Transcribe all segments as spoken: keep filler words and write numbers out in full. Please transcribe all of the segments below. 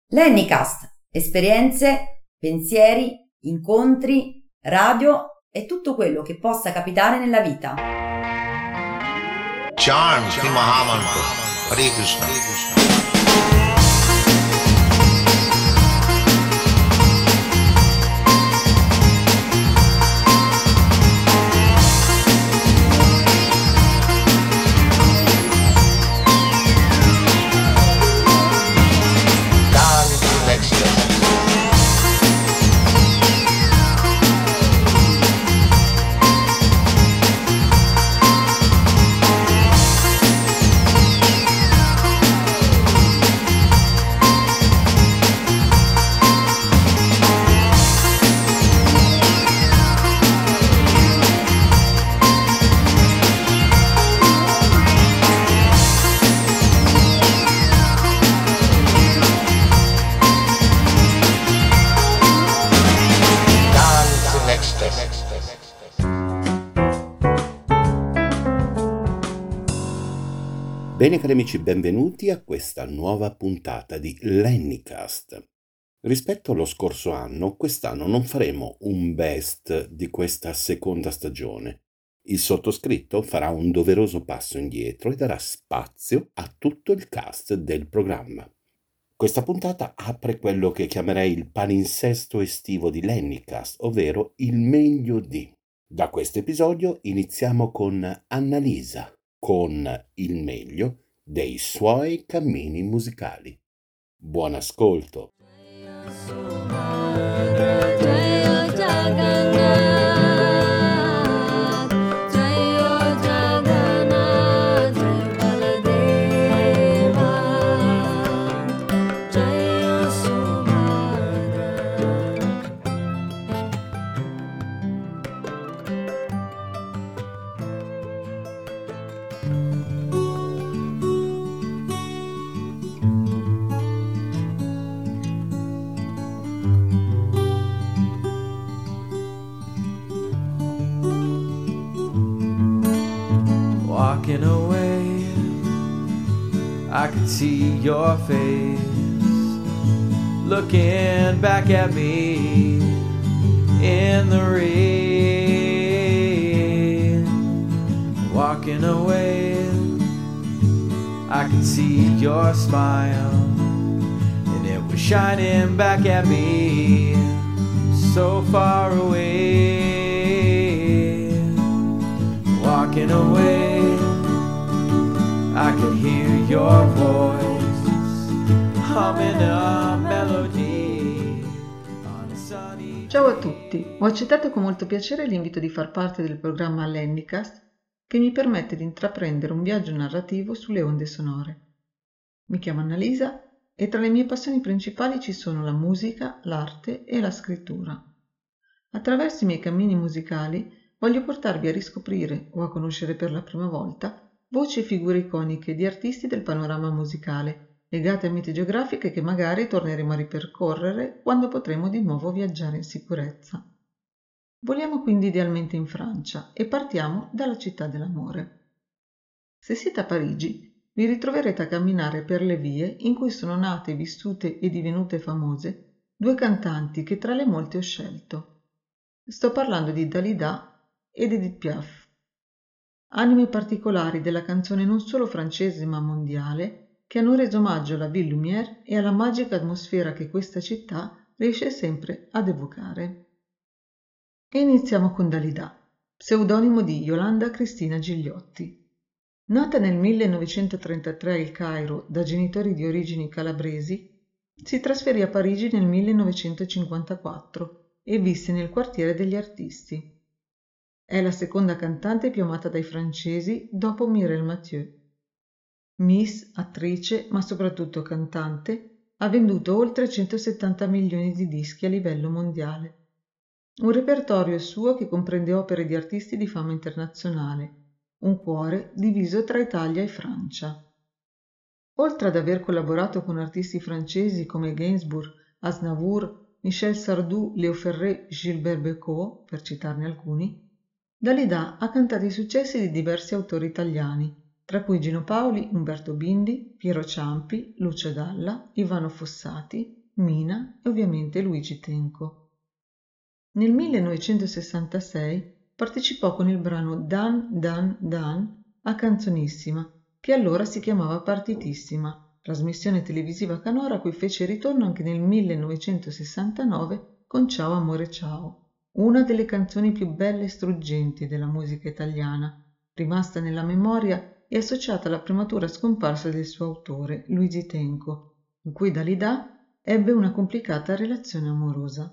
Lennycast, esperienze, pensieri, incontri, radio e tutto quello che possa capitare nella vita. Charms di Mahamantra. Hare Krishna. Bene cari amici, benvenuti a questa nuova puntata di Lennycast. Rispetto allo scorso anno, quest'anno non faremo un best di questa seconda stagione. Il sottoscritto farà un doveroso passo indietro e darà spazio a tutto il cast del programma. Questa puntata apre quello che chiamerei il palinsesto estivo di Lennycast, ovvero il meglio di. Da questo episodio iniziamo con Annalisa, con il meglio dei suoi cammini musicali. Buon ascolto! Walking away, I could see your face looking back at me in the rain. Walking away, I could see your smile, and it was shining back at me so far away. Walking away, I could hear your voice humming a melody on a sunny. Ciao a tutti, ho accettato con molto piacere l'invito di far parte del programma Lennycast che mi permette di intraprendere un viaggio narrativo sulle onde sonore. Mi chiamo Annalisa e tra le mie passioni principali ci sono la musica, l'arte e la scrittura. Attraverso i miei cammini musicali voglio portarvi a riscoprire o a conoscere per la prima volta voci e figure iconiche di artisti del panorama musicale, legate a mete geografiche che magari torneremo a ripercorrere quando potremo di nuovo viaggiare in sicurezza. Voliamo quindi idealmente in Francia e partiamo dalla città dell'amore. Se siete a Parigi, vi ritroverete a camminare per le vie in cui sono nate, vissute e divenute famose due cantanti che tra le molte ho scelto. Sto parlando di Dalida ed Edith Piaf. Anime particolari della canzone non solo francese ma mondiale, che hanno reso omaggio alla Ville Lumière e alla magica atmosfera che questa città riesce sempre ad evocare. E iniziamo con Dalida, pseudonimo di Yolanda Cristina Gigliotti. Nata nel millenovecentotrentatré a Il Cairo da genitori di origini calabresi, si trasferì a Parigi nel millenovecentocinquantaquattro e visse nel quartiere degli artisti. È la seconda cantante più amata dai francesi dopo Mireille Mathieu. Miss, attrice, ma soprattutto cantante, ha venduto oltre centosettanta milioni di dischi a livello mondiale. Un repertorio suo che comprende opere di artisti di fama internazionale, un cuore diviso tra Italia e Francia. Oltre ad aver collaborato con artisti francesi come Gainsbourg, Aznavour, Michel Sardou, Léo Ferré, Gilbert Bécaud, per citarne alcuni, Dalida ha cantato i successi di diversi autori italiani, tra cui Gino Paoli, Umberto Bindi, Piero Ciampi, Lucio Dalla, Ivano Fossati, Mina e ovviamente Luigi Tenco. Nel millenovecentosessantasei partecipò con il brano Dan Dan Dan a Canzonissima, che allora si chiamava Partitissima, trasmissione televisiva canora a cui fece ritorno anche nel millenovecentosessantanove con Ciao amore ciao, una delle canzoni più belle e struggenti della musica italiana, rimasta nella memoria e associata alla prematura scomparsa del suo autore, Luigi Tenco, con cui Dalida ebbe una complicata relazione amorosa.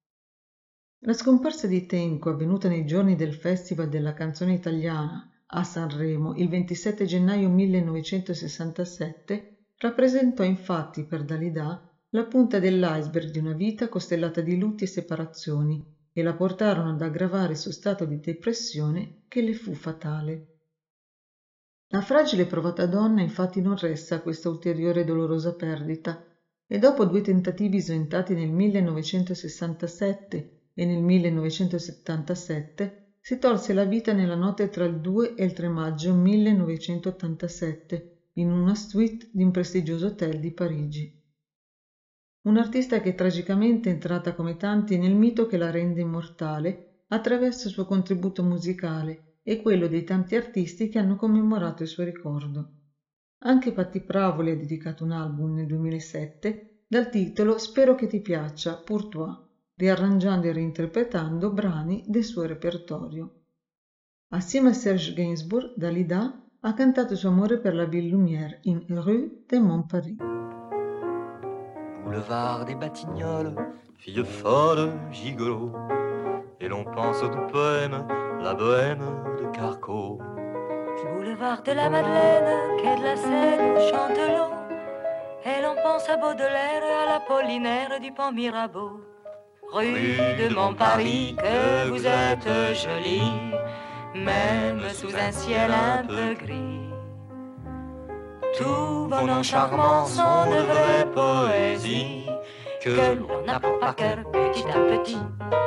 La scomparsa di Tenco, avvenuta nei giorni del Festival della canzone italiana a Sanremo il ventisette gennaio millenovecentosessantasette, rappresentò infatti per Dalida la punta dell'iceberg di una vita costellata di lutti e separazioni e la portarono ad aggravare il suo stato di depressione che le fu fatale. La fragile e provata donna infatti non resta a questa ulteriore dolorosa perdita e dopo due tentativi sventati nel millenovecentosessantasette e nel millenovecentosettantasette si tolse la vita nella notte tra il due e il tre maggio millenovecentottantasette in una suite di un prestigioso hotel di Parigi. Un'artista che tragicamente è entrata come tanti nel mito che la rende immortale attraverso il suo contributo musicale e quello dei tanti artisti che hanno commemorato il suo ricordo. Anche Patti Pravoli ha dedicato un album nel duemilasette dal titolo Spero che ti piaccia, pour toi, riarrangiando e reinterpretando brani del suo repertorio. Assieme a Serge Gainsbourg, Dalida ha cantato il suo amore per la Ville Lumière in Rue de Montparis. Boulevard des Batignolles, fille folle, gigolo, et l'on pense au doux poème, la bohème de Carco. Boulevard de la Madeleine, quai de la Seine où chante l'eau, et l'on pense à Baudelaire et à l'Apollinaire du pont Mirabeau. Rue de Montparis, que vous êtes jolie, même sous un ciel un peu gris. Tous vos noms charmants sont de vraies poésies que l'on n'apprend par cœur petit à petit.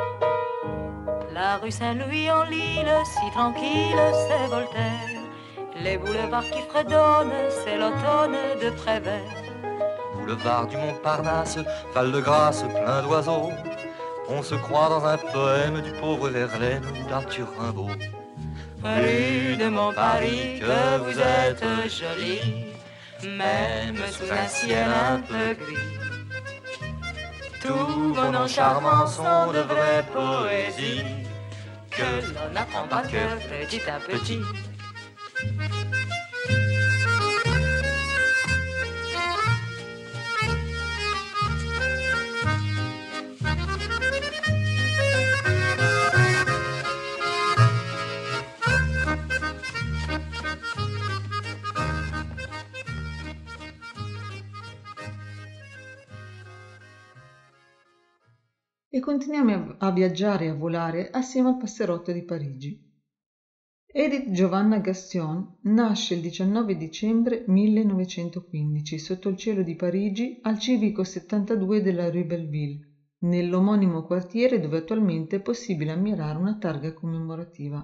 La rue Saint-Louis en Lille, si tranquille, c'est Voltaire. Les boulevards qui fredonnent, c'est l'automne de Prévert. Boulevard du Montparnasse, Val de Grâce, plein d'oiseaux. On se croit dans un poème du pauvre Verlaine ou d'Arthur Rimbaud. Rue de Montparis, que vous êtes jolie, même sous un ciel un peu gris. Tous vos noms charmants sont de vraies poésies que l'on apprend par cœur petit à petit. E continuiamo a viaggiare e a volare assieme al passerotto di Parigi. Edith Giovanna Gaston nasce il diciannove dicembre millenovecentoquindici sotto il cielo di Parigi al civico settantadue della Rue Belleville, nell'omonimo quartiere dove attualmente è possibile ammirare una targa commemorativa.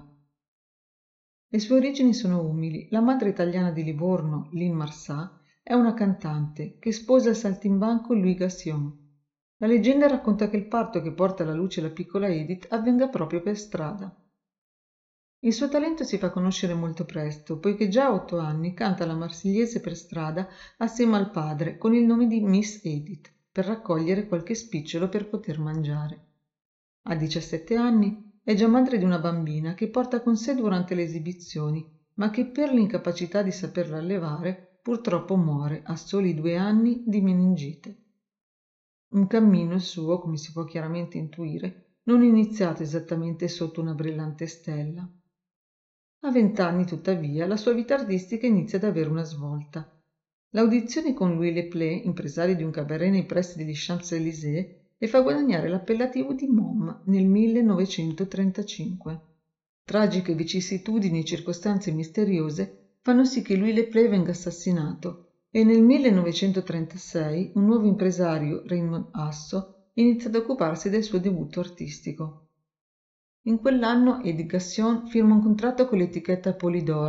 Le sue origini sono umili. La madre italiana di Livorno, Lynn Marsà, è una cantante che sposa il saltimbanco Louis Gassion. La leggenda racconta che il parto che porta alla luce la piccola Edith avvenga proprio per strada. Il suo talento si fa conoscere molto presto, poiché già a otto anni canta la Marsigliese per strada assieme al padre con il nome di Miss Edith, per raccogliere qualche spicciolo per poter mangiare. A diciassette anni è già madre di una bambina che porta con sé durante le esibizioni, ma che per l'incapacità di saperla allevare purtroppo muore a soli due anni di meningite. Un cammino il suo, come si può chiaramente intuire, non iniziato esattamente sotto una brillante stella. A vent'anni, tuttavia, la sua vita artistica inizia ad avere una svolta. L'audizione con Louis Leplé, impresario di un cabaret nei pressi degli Champs-Élysées, le fa guadagnare l'appellativo di Mom nel millenovecentotrentacinque. Tragiche vicissitudini e circostanze misteriose fanno sì che Louis Leplé venga assassinato e nel millenovecentotrentasei un nuovo impresario, Raymond Asso, inizia ad occuparsi del suo debutto artistico. In quell'anno Edith Gassion firma un contratto con l'etichetta Polydor,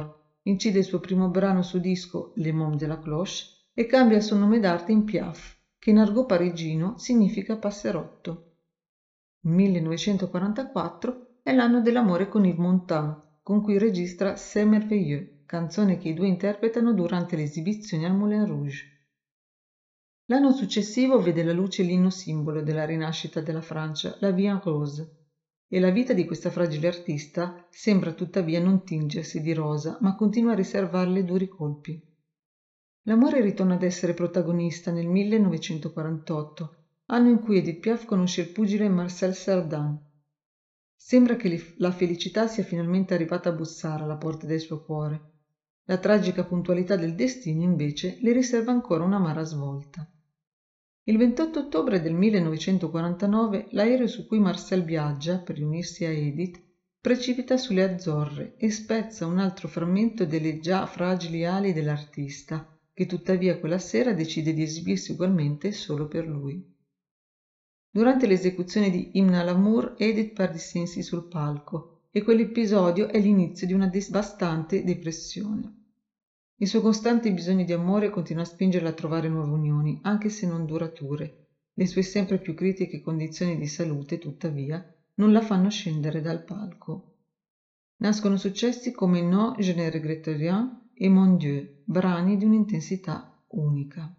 incide il suo primo brano su disco Le Mômes de la Cloche e cambia il suo nome d'arte in Piaf, che in argot parigino significa passerotto. Il millenovecentoquarantaquattro è l'anno dell'amore con Yves Montand, con cui registra C'est merveilleux, canzone che i due interpretano durante le esibizioni al Moulin Rouge. L'anno successivo vede la luce l'inno simbolo della rinascita della Francia, La Vie en Rose, e la vita di questa fragile artista sembra tuttavia non tingersi di rosa, ma continua a riservarle duri colpi. L'amore ritorna ad essere protagonista nel millenovecentoquarantotto, anno in cui Edith Piaf conosce il pugile Marcel Cerdan. Sembra che la felicità sia finalmente arrivata a bussare alla porta del suo cuore. La tragica puntualità del destino, invece, le riserva ancora un'amara svolta. Il ventotto ottobre del millenovecentoquarantanove l'aereo su cui Marcel viaggia per riunirsi a Edith precipita sulle Azzorre e spezza un altro frammento delle già fragili ali dell'artista, che tuttavia quella sera decide di esibirsi ugualmente solo per lui. Durante l'esecuzione di Hymne à l'amour, Edith perde i sensi sul palco e quell'episodio è l'inizio di una devastante depressione. Il suo costante bisogno di amore continua a spingerla a trovare nuove unioni, anche se non durature. Le sue sempre più critiche condizioni di salute, tuttavia, non la fanno scendere dal palco. Nascono successi come No, je ne regrette rien e Mon Dieu, brani di un'intensità unica.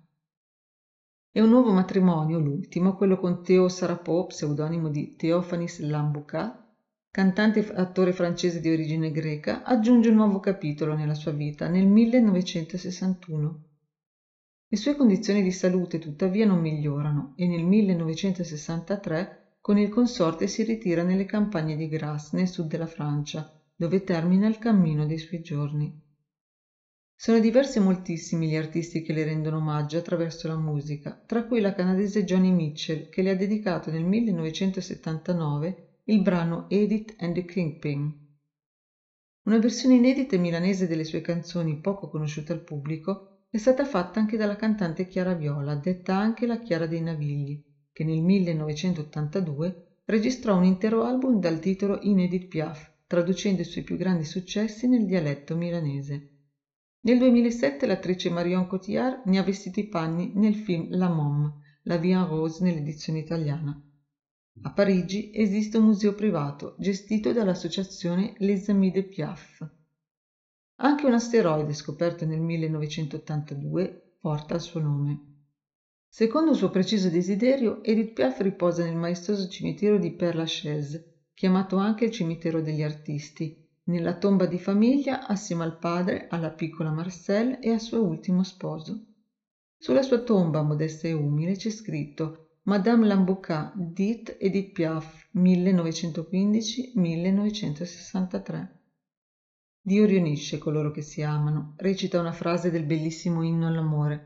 È un nuovo matrimonio, l'ultimo, quello con Théo Sarapo, pseudonimo di Théophanie Lambouka, cantante e attore francese di origine greca, aggiunge un nuovo capitolo nella sua vita nel millenovecentosessantuno. Le sue condizioni di salute tuttavia non migliorano e nel millenovecentosessantatré con il consorte si ritira nelle campagne di Grasse, nel sud della Francia, dove termina il cammino dei suoi giorni. Sono diversi e moltissimi gli artisti che le rendono omaggio attraverso la musica, tra cui la canadese Joni Mitchell, che le ha dedicato nel millenovecentosettantanove il brano Edith and the Kingpin. Una versione inedita e milanese delle sue canzoni, poco conosciuta al pubblico, è stata fatta anche dalla cantante Chiara Viola, detta anche la Chiara dei Navigli, che nel millenovecentottantadue registrò un intero album dal titolo In Edith Piaf, traducendo i suoi più grandi successi nel dialetto milanese. Nel duemilasette l'attrice Marion Cotillard ne ha vestito i panni nel film La Môme, La Vie en Rose nell'edizione italiana. A Parigi esiste un museo privato gestito dall'associazione Les Amis de Piaf. Anche un asteroide scoperto nel millenovecentottantadue porta il suo nome. Secondo il suo preciso desiderio, Edith Piaf riposa nel maestoso cimitero di Père Lachaise, chiamato anche il cimitero degli artisti, nella tomba di famiglia assieme al padre, alla piccola Marcel e al suo ultimo sposo. Sulla sua tomba, modesta e umile, c'è scritto Madame Lambouka, dit Edith Piaf, millenovecentoquindici millenovecentosessantatré. Dio riunisce coloro che si amano, recita una frase del bellissimo inno all'amore.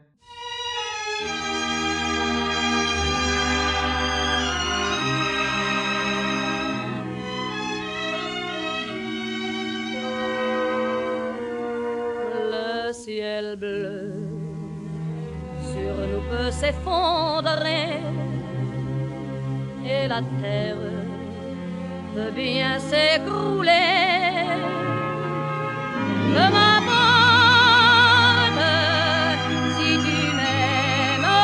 Le ciel bleu sur nous peut s'effondrer et la terre peut bien s'écrouler. Peu m'importe si tu m'aimes,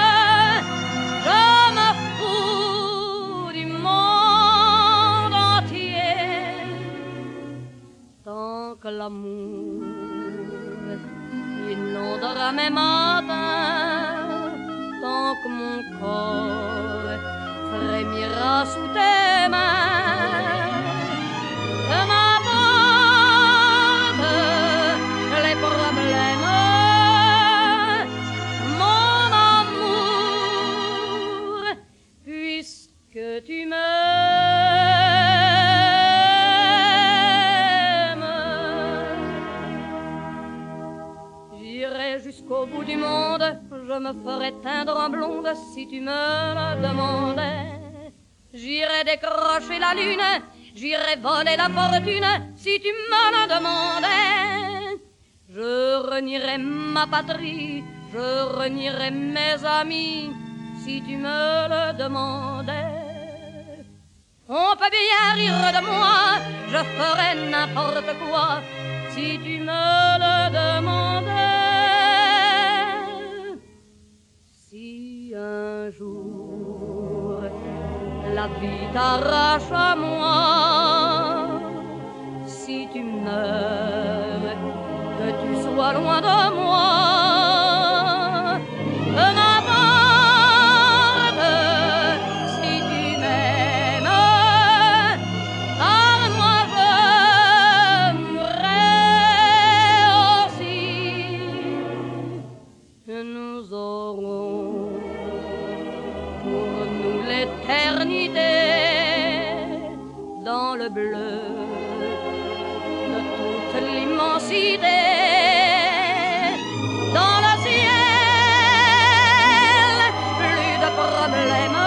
je me fous du monde entier. Tant que l'amour inondera mes matins, tant que mon corps frémira sous tes mains, que m'apporte les problèmes, mon amour, puisque tu m'aimes. J'irai jusqu'au bout du monde, je me ferai teindre en blonde si tu me le demandais. J'irai décrocher la lune, j'irai voler la fortune si tu me le demandais. Je renierai ma patrie, je renierai mes amis si tu me le demandais. On peut bien rire de moi, je ferai n'importe quoi si tu me le demandais. Si un jour la vie t'arrache à moi, si tu meurs, que tu sois loin de moi, peu m'importe. Si tu m'aimes, car moi je mourrai aussi. Nous aurons pour nous l'éternité dans le bleu de toute l'immensité, dans le ciel, plus de problèmes.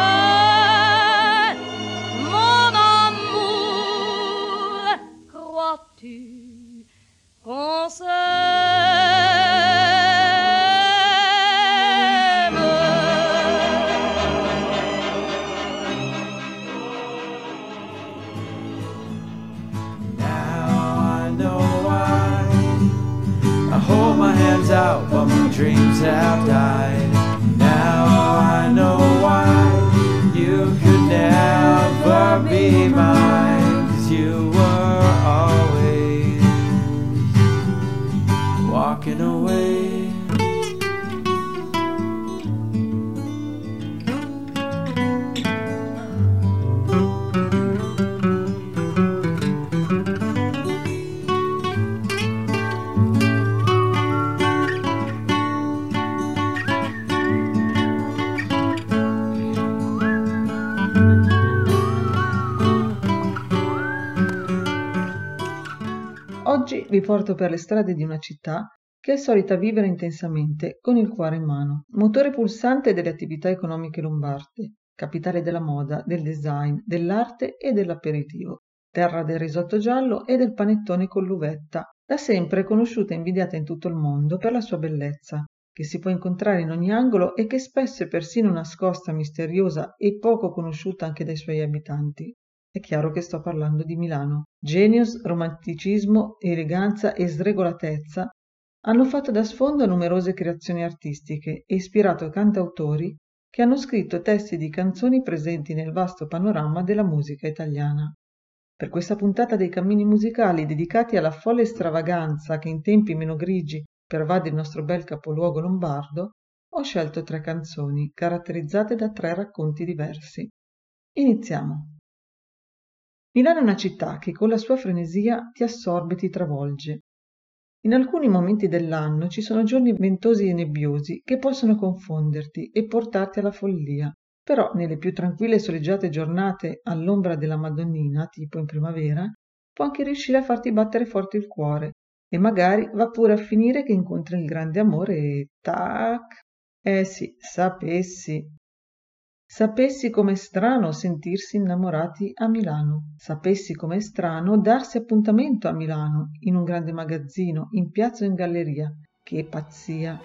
Mon amour, crois-tu qu'on s'aime? Now I know why I hold my hands out while my dreams have died. Now I know why you could never be mine, 'cause you were always walking away. Oggi vi porto per le strade di una città che è solita vivere intensamente con il cuore in mano, motore pulsante delle attività economiche lombarde, capitale della moda, del design, dell'arte e dell'aperitivo, terra del risotto giallo e del panettone con l'uvetta, da sempre conosciuta e invidiata in tutto il mondo per la sua bellezza, che si può incontrare in ogni angolo e che spesso è persino nascosta, misteriosa e poco conosciuta anche dai suoi abitanti. È chiaro che sto parlando di Milano. Genius, romanticismo, eleganza e sregolatezza hanno fatto da sfondo numerose creazioni artistiche e ispirato cantautori che hanno scritto testi di canzoni presenti nel vasto panorama della musica italiana. Per questa puntata dei cammini musicali dedicati alla folle stravaganza che in tempi meno grigi pervade il nostro bel capoluogo lombardo, ho scelto tre canzoni caratterizzate da tre racconti diversi. Iniziamo. Milano è una città che con la sua frenesia ti assorbe e ti travolge. In alcuni momenti dell'anno ci sono giorni ventosi e nebbiosi che possono confonderti e portarti alla follia, però nelle più tranquille e soleggiate giornate all'ombra della Madonnina, tipo in primavera, può anche riuscire a farti battere forte il cuore e magari va pure a finire che incontri il grande amore e tac! Eh sì, sapessi! Sapessi com'è strano sentirsi innamorati a Milano. Sapessi com'è strano darsi appuntamento a Milano, in un grande magazzino, in piazza o in galleria. Che pazzia!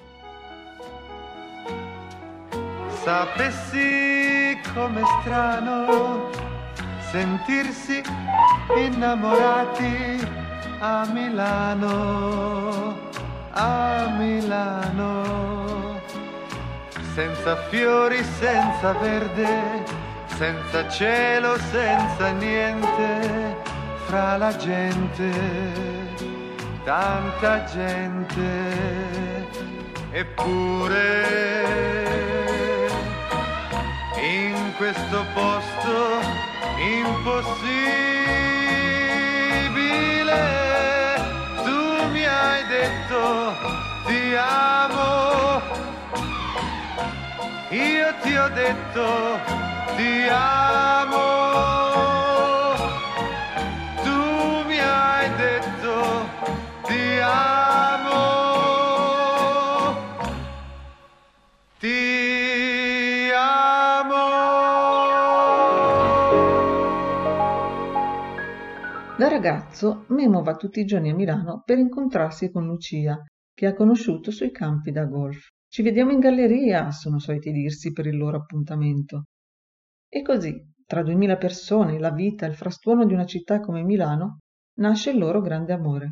Sapessi com'è strano sentirsi innamorati a Milano, a Milano. Senza fiori, senza verde, senza cielo, senza niente, fra la gente, tanta gente, eppure in questo posto impossibile tu mi hai detto ti amo. Io ti ho detto ti amo, tu mi hai detto ti amo, ti amo. Da ragazzo Memo va tutti i giorni a Milano per incontrarsi con Lucia, che ha conosciuto sui campi da golf. Ci vediamo in galleria, sono soliti dirsi per il loro appuntamento. E così, tra duemila persone, la vita e il frastuono di una città come Milano, nasce il loro grande amore.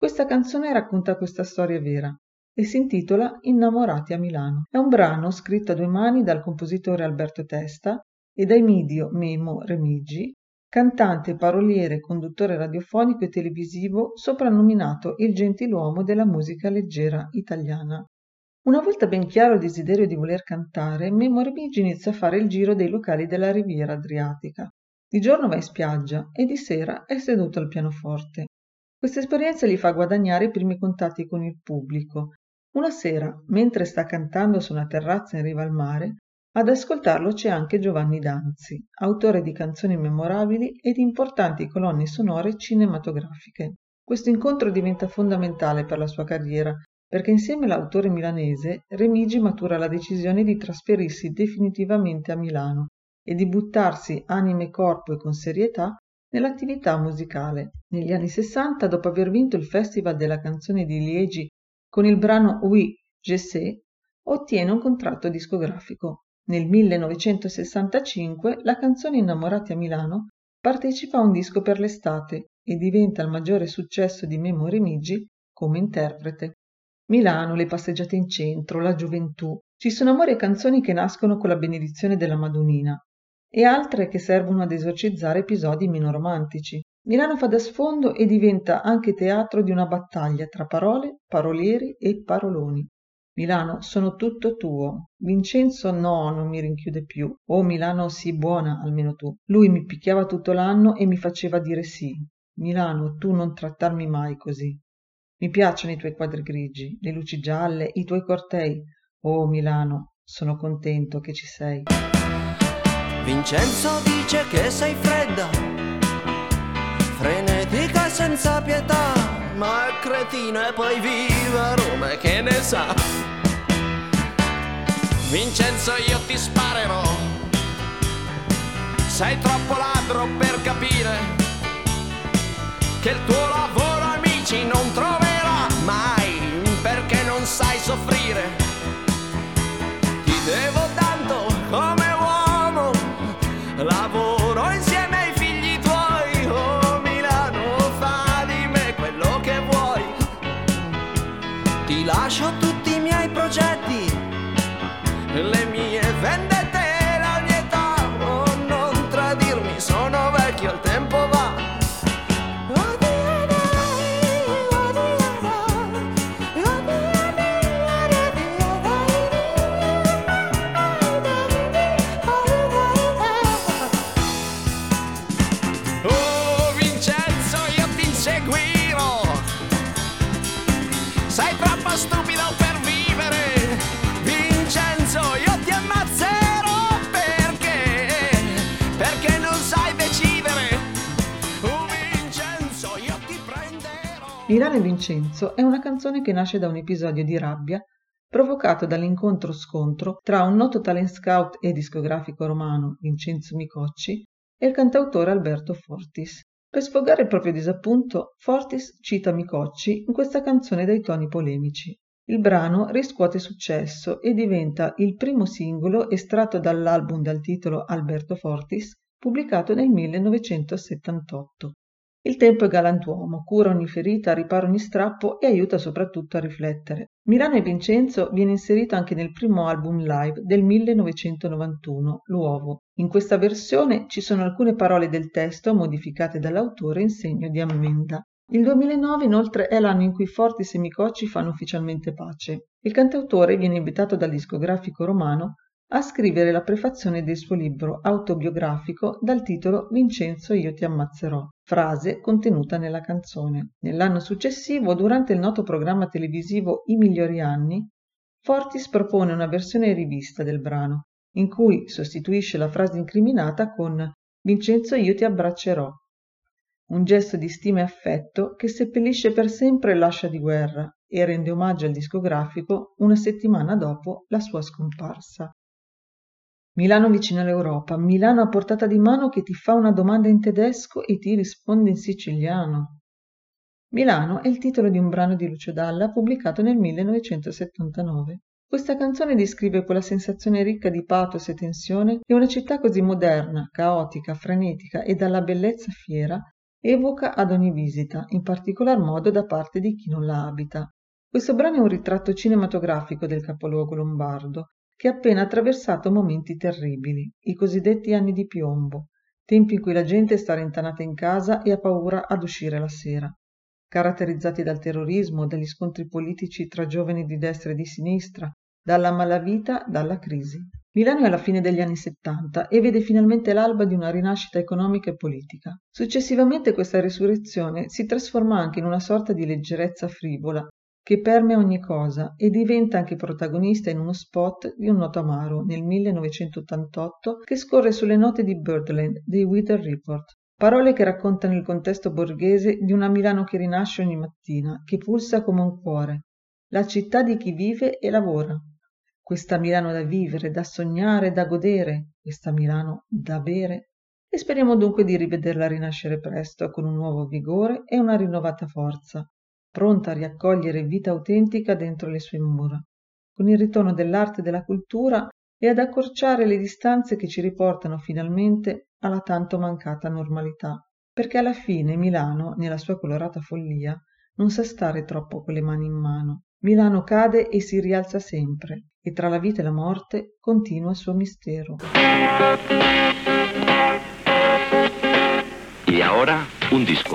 Questa canzone racconta questa storia vera e si intitola Innamorati a Milano. È un brano scritto a due mani dal compositore Alberto Testa e dai Midio Memo Remigi, cantante, paroliere, conduttore radiofonico e televisivo soprannominato il gentiluomo della musica leggera italiana. Una volta ben chiaro il desiderio di voler cantare, Memo Remigi inizia a fare il giro dei locali della Riviera Adriatica. Di giorno va in spiaggia e di sera è seduto al pianoforte. Questa esperienza gli fa guadagnare i primi contatti con il pubblico. Una sera, mentre sta cantando su una terrazza in riva al mare, ad ascoltarlo c'è anche Giovanni Danzi, autore di canzoni memorabili e di importanti colonne sonore cinematografiche. Questo incontro diventa fondamentale per la sua carriera, perché insieme all'autore milanese Remigi matura la decisione di trasferirsi definitivamente a Milano e di buttarsi anima e corpo e con serietà nell'attività musicale. Negli anni sessanta, dopo aver vinto il Festival della canzone di Liegi con il brano Oui, je sais, ottiene un contratto discografico. Nel millenovecentosessantacinque la canzone Innamorati a Milano partecipa a un disco per l'estate e diventa il maggiore successo di Memo Remigi come interprete. Milano, le passeggiate in centro, la gioventù. Ci sono amori e canzoni che nascono con la benedizione della Madonnina e altre che servono ad esorcizzare episodi meno romantici. Milano fa da sfondo e diventa anche teatro di una battaglia tra parole, parolieri e paroloni. Milano, sono tutto tuo. Vincenzo no, non mi rinchiude più. Oh Milano, sii buona, almeno tu. Lui mi picchiava tutto l'anno e mi faceva dire sì. Milano, tu non trattarmi mai così. Mi piacciono i tuoi quadri grigi, le luci gialle, i tuoi cortei. Oh Milano, sono contento che ci sei. Vincenzo dice che sei fredda, frenetica e senza pietà, ma è cretino e poi viva Roma, che ne sa. Vincenzo, io ti sparerò, sei troppo ladro per capire che il tuo lavoro amici non troverà mai, perché non sai soffrire. Ti devo tanto come uomo, lavoro insieme ai figli tuoi. Oh Milano, fa di me quello che vuoi. Ti lascio tutti i miei progetti, le mie vendette e la mia età. Oh, non tradirmi, sono vecchio, il tempo va. Oh Vincenzo, io ti inseguirò, sei troppo stupido per vivere. Vincenzo, io ti ammazzerò perché, perché non sai decidere. Oh Vincenzo, io ti prenderò. Milano e Vincenzo è una canzone che nasce da un episodio di rabbia provocato dall'incontro-scontro tra un noto talent scout e discografico romano, Vincenzo Micocci, e il cantautore Alberto Fortis. Per sfogare il proprio disappunto, Fortis cita Micocci in questa canzone dai toni polemici. Il brano riscuote successo e diventa il primo singolo estratto dall'album dal titolo Alberto Fortis, pubblicato nel millenovecentosettantotto. Il tempo è galantuomo, cura ogni ferita, ripara ogni strappo e aiuta soprattutto a riflettere. Milano e Vincenzo viene inserito anche nel primo album live del millenovecentonovantuno, L'Uovo. In questa versione ci sono alcune parole del testo modificate dall'autore in segno di ammenda. Il duemilanove inoltre è l'anno in cui Fortis e Micocci fanno ufficialmente pace. Il cantautore viene invitato dal discografico romano a scrivere la prefazione del suo libro autobiografico dal titolo Vincenzo, io ti ammazzerò, frase contenuta nella canzone. Nell'anno successivo, durante il noto programma televisivo I migliori anni, Fortis propone una versione rivista del brano, in cui sostituisce la frase incriminata con Vincenzo, io ti abbraccerò. Un gesto di stima e affetto che seppellisce per sempre l'ascia di guerra e rende omaggio al discografico una settimana dopo la sua scomparsa. Milano vicino all'Europa, Milano a portata di mano che ti fa una domanda in tedesco e ti risponde in siciliano. Milano è il titolo di un brano di Lucio Dalla pubblicato nel millenovecentosettantanove. Questa canzone descrive quella sensazione ricca di pathos e tensione che una città così moderna, caotica, frenetica e dalla bellezza fiera evoca ad ogni visita, in particolar modo da parte di chi non la abita. Questo brano è un ritratto cinematografico del capoluogo lombardo, che ha appena attraversato momenti terribili, i cosiddetti anni di piombo, tempi in cui la gente sta rintanata in casa e ha paura ad uscire la sera, caratterizzati dal terrorismo, dagli scontri politici tra giovani di destra e di sinistra, dalla malavita, dalla crisi. Milano è alla fine degli anni settanta e vede finalmente l'alba di una rinascita economica e politica. Successivamente questa risurrezione si trasforma anche in una sorta di leggerezza frivola che permea ogni cosa e diventa anche protagonista in uno spot di un noto amaro nel millenovecentottantotto che scorre sulle note di Birdland dei Weather Report. Parole che raccontano il contesto borghese di una Milano che rinasce ogni mattina, che pulsa come un cuore, la città di chi vive e lavora. Questa Milano da vivere, da sognare, da godere, questa Milano da bere. E speriamo dunque di rivederla rinascere presto con un nuovo vigore e una rinnovata forza, pronta a riaccogliere vita autentica dentro le sue mura, con il ritorno dell'arte e della cultura e ad accorciare le distanze che ci riportano finalmente alla tanto mancata normalità. Perché alla fine Milano, nella sua colorata follia, non sa stare troppo con le mani in mano. Milano cade e si rialza sempre, e tra la vita e la morte continua il suo mistero. Y ahora un disco.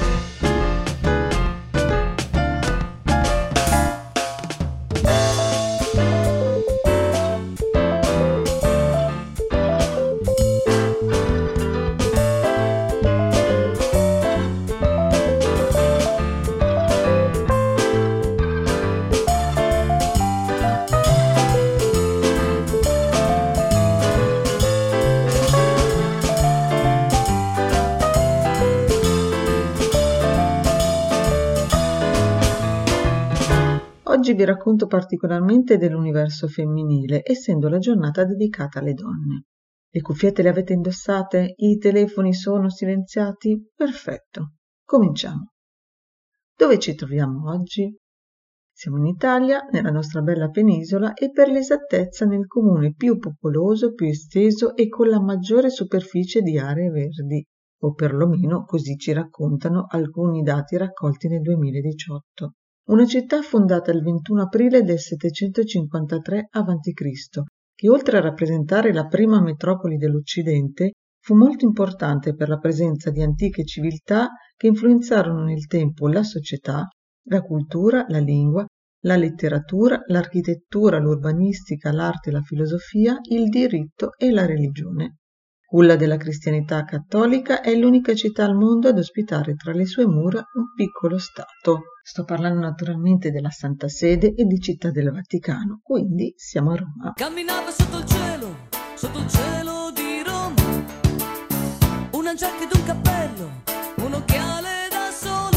Oggi vi racconto particolarmente dell'universo femminile, essendo la giornata dedicata alle donne. Le cuffiette le avete indossate? I telefoni sono silenziati? Perfetto. Cominciamo. Dove ci troviamo oggi? Siamo in Italia, nella nostra bella penisola e per l'esattezza nel comune più popoloso, più esteso e con la maggiore superficie di aree verdi, o perlomeno così ci raccontano alcuni dati raccolti nel duemiladiciotto. Una città fondata il ventuno aprile del settecentocinquantatré avanti Cristo, che oltre a rappresentare la prima metropoli dell'Occidente, fu molto importante per la presenza di antiche civiltà che influenzarono nel tempo la società, la cultura, la lingua, la letteratura, l'architettura, l'urbanistica, l'arte, la filosofia, il diritto e la religione. Culla della cristianità cattolica, è l'unica città al mondo ad ospitare tra le sue mura un piccolo stato. Sto parlando naturalmente della Santa Sede e di Città del Vaticano, quindi siamo a Roma. Camminava sotto il cielo, sotto il cielo di Roma, una giacca ed un cappello, un occhiale da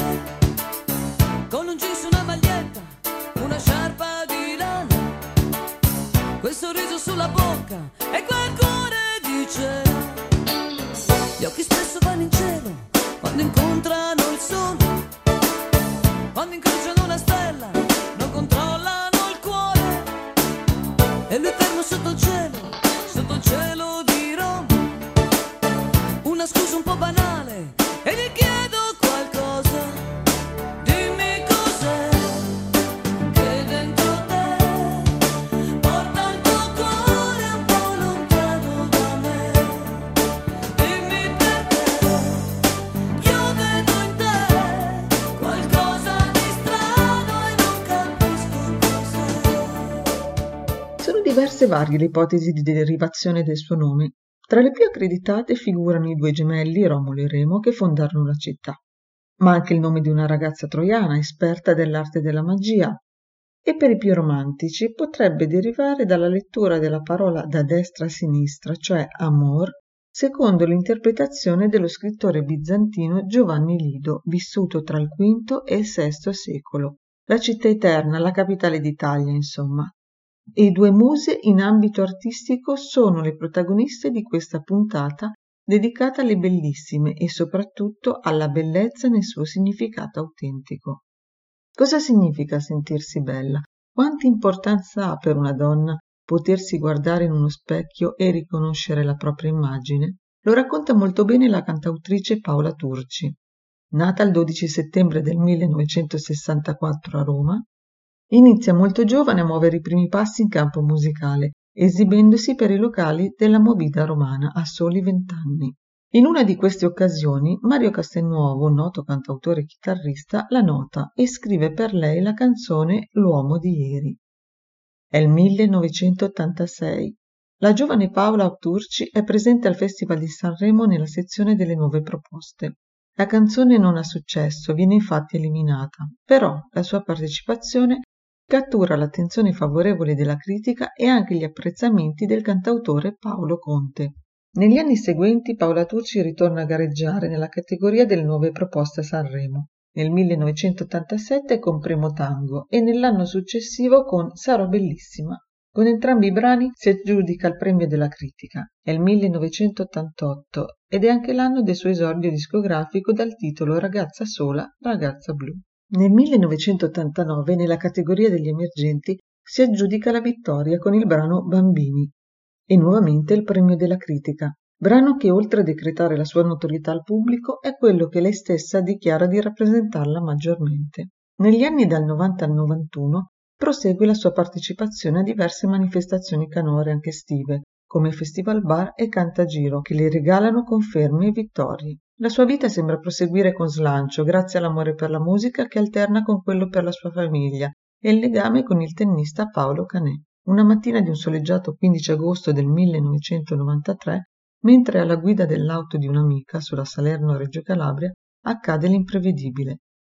sole, con un jeans, una maglietta, una sciarpa di lana, quel sorriso sulla bocca e quel cuore di cielo. Gli occhi spesso vanno in cielo quando incontrano il sole, quando incrociano una stella non controllano il cuore, e lui fermo sotto il cielo, sotto il cielo di Roma, una scusa un po' banale e gli chiedo qualcosa, dimmi cos'è che dentro te porta il tuo cuore un po' lontano da me, dimmi perché io vedo in te qualcosa di strano e non capisco cos'è. Sono diverse e varie le ipotesi di derivazione del suo nome. Tra le più accreditate figurano i due gemelli Romolo e Remo che fondarono la città, ma anche il nome di una ragazza troiana esperta dell'arte della magia, e per i più romantici potrebbe derivare dalla lettura della parola da destra a sinistra, cioè amor, secondo l'interpretazione dello scrittore bizantino Giovanni Lido, vissuto tra il quinto e il sesto secolo. La città eterna, la capitale d'Italia, insomma. E i due muse in ambito artistico sono le protagoniste di questa puntata dedicata alle bellissime e soprattutto alla bellezza nel suo significato autentico. Cosa significa sentirsi bella? Quanta importanza ha per una donna potersi guardare in uno specchio e riconoscere la propria immagine? Lo racconta molto bene la cantautrice Paola Turci. Nata il dodici settembre del millenovecentosessantaquattro a Roma, inizia molto giovane a muovere i primi passi in campo musicale, esibendosi per i locali della Movida Romana a soli vent'anni. In una di queste occasioni Mario Castelnuovo, noto cantautore e chitarrista, la nota e scrive per lei la canzone L'uomo di ieri. È il millenovecentottantasei. La giovane Paola Turci è presente al Festival di Sanremo nella sezione delle nuove proposte. La canzone non ha successo, viene infatti eliminata, però la sua partecipazione cattura l'attenzione favorevole della critica e anche gli apprezzamenti del cantautore Paolo Conte. Negli anni seguenti Paola Turci ritorna a gareggiare nella categoria delle nuove proposte a Sanremo, nel millenovecentottantasette con Primo Tango e nell'anno successivo con Sarò bellissima. Con entrambi i brani si aggiudica il premio della critica. È il millenovecentottantotto ed è anche l'anno del suo esordio discografico dal titolo Ragazza sola, ragazza blu. Nel millenovecentottantanove, nella categoria degli emergenti, si aggiudica la vittoria con il brano Bambini e nuovamente il premio della critica, brano che oltre a decretare la sua notorietà al pubblico è quello che lei stessa dichiara di rappresentarla maggiormente. Negli anni dal novanta al novantuno prosegue la sua partecipazione a diverse manifestazioni canore anche estive, come Festival Bar e Cantagiro, che le regalano conferme e vittorie. La sua vita sembra proseguire con slancio grazie all'amore per la musica che alterna con quello per la sua famiglia e il legame con il tennista Paolo Canè. Una mattina di un soleggiato quindici agosto del millenovecentonovantatré, mentre alla guida dell'auto di un'amica sulla Salerno-Reggio Calabria, accade l'imprevedibile.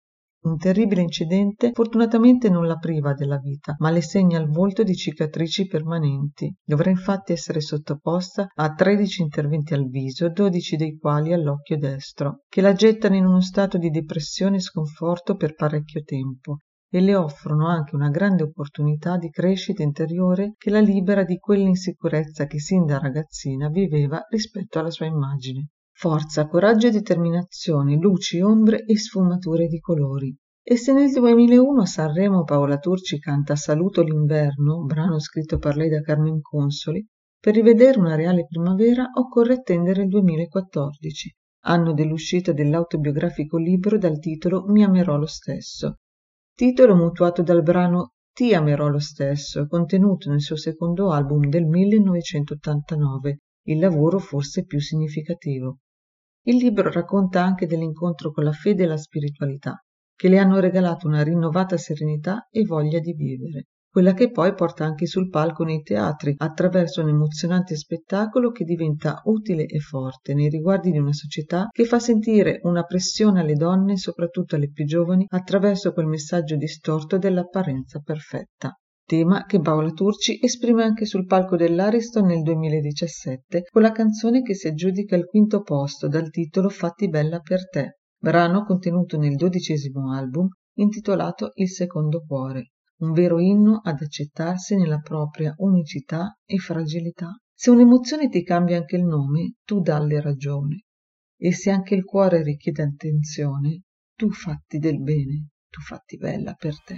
Un terribile incidente fortunatamente non la priva della vita, ma le segna il volto di cicatrici permanenti. Dovrà infatti essere sottoposta a tredici interventi al viso, dodici dei quali all'occhio destro, che la gettano in uno stato di depressione e sconforto per parecchio tempo e le offrono anche una grande opportunità di crescita interiore che la libera di quell'insicurezza che sin da ragazzina viveva rispetto alla sua immagine. Forza, coraggio e determinazione, luci, ombre e sfumature di colori. E se nel duemilauno a Sanremo Paola Turci canta Saluto l'inverno, brano scritto per lei da Carmen Consoli, per rivedere una reale primavera occorre attendere il duemilaquattordici, anno dell'uscita dell'autobiografico libro dal titolo Mi amerò lo stesso, titolo mutuato dal brano Ti amerò lo stesso, contenuto nel suo secondo album del millenovecentottantanove, il lavoro forse più significativo. Il libro racconta anche dell'incontro con la fede e la spiritualità, che le hanno regalato una rinnovata serenità e voglia di vivere, quella che poi porta anche sul palco nei teatri, attraverso un emozionante spettacolo che diventa utile e forte nei riguardi di una società che fa sentire una pressione alle donne, soprattutto alle più giovani, attraverso quel messaggio distorto dell'apparenza perfetta. Tema che Paola Turci esprime anche sul palco dell'Ariston nel duemiladiciassette con la canzone che si aggiudica il quinto posto dal titolo Fatti bella per te, brano contenuto nel dodicesimo album intitolato Il secondo cuore, un vero inno ad accettarsi nella propria unicità e fragilità. Se un'emozione ti cambia anche il nome, tu dalle ragione, e se anche il cuore richiede attenzione, tu fatti del bene, tu fatti bella per te.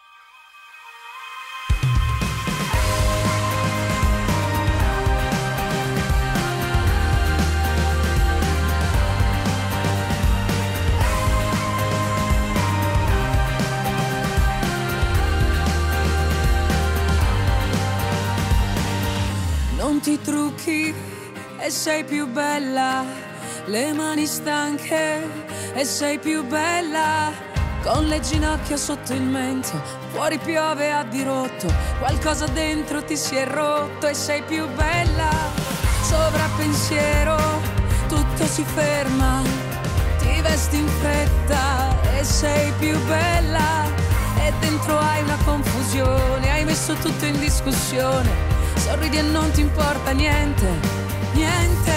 Non ti trucchi e sei più bella, le mani stanche e sei più bella, con le ginocchia sotto il mento, fuori piove a dirotto, qualcosa dentro ti si è rotto e sei più bella, sovrappensiero, tutto si ferma, ti vesti in fretta e sei più bella, e dentro hai una confusione, hai messo tutto in discussione. Sorridi e non ti importa niente, niente.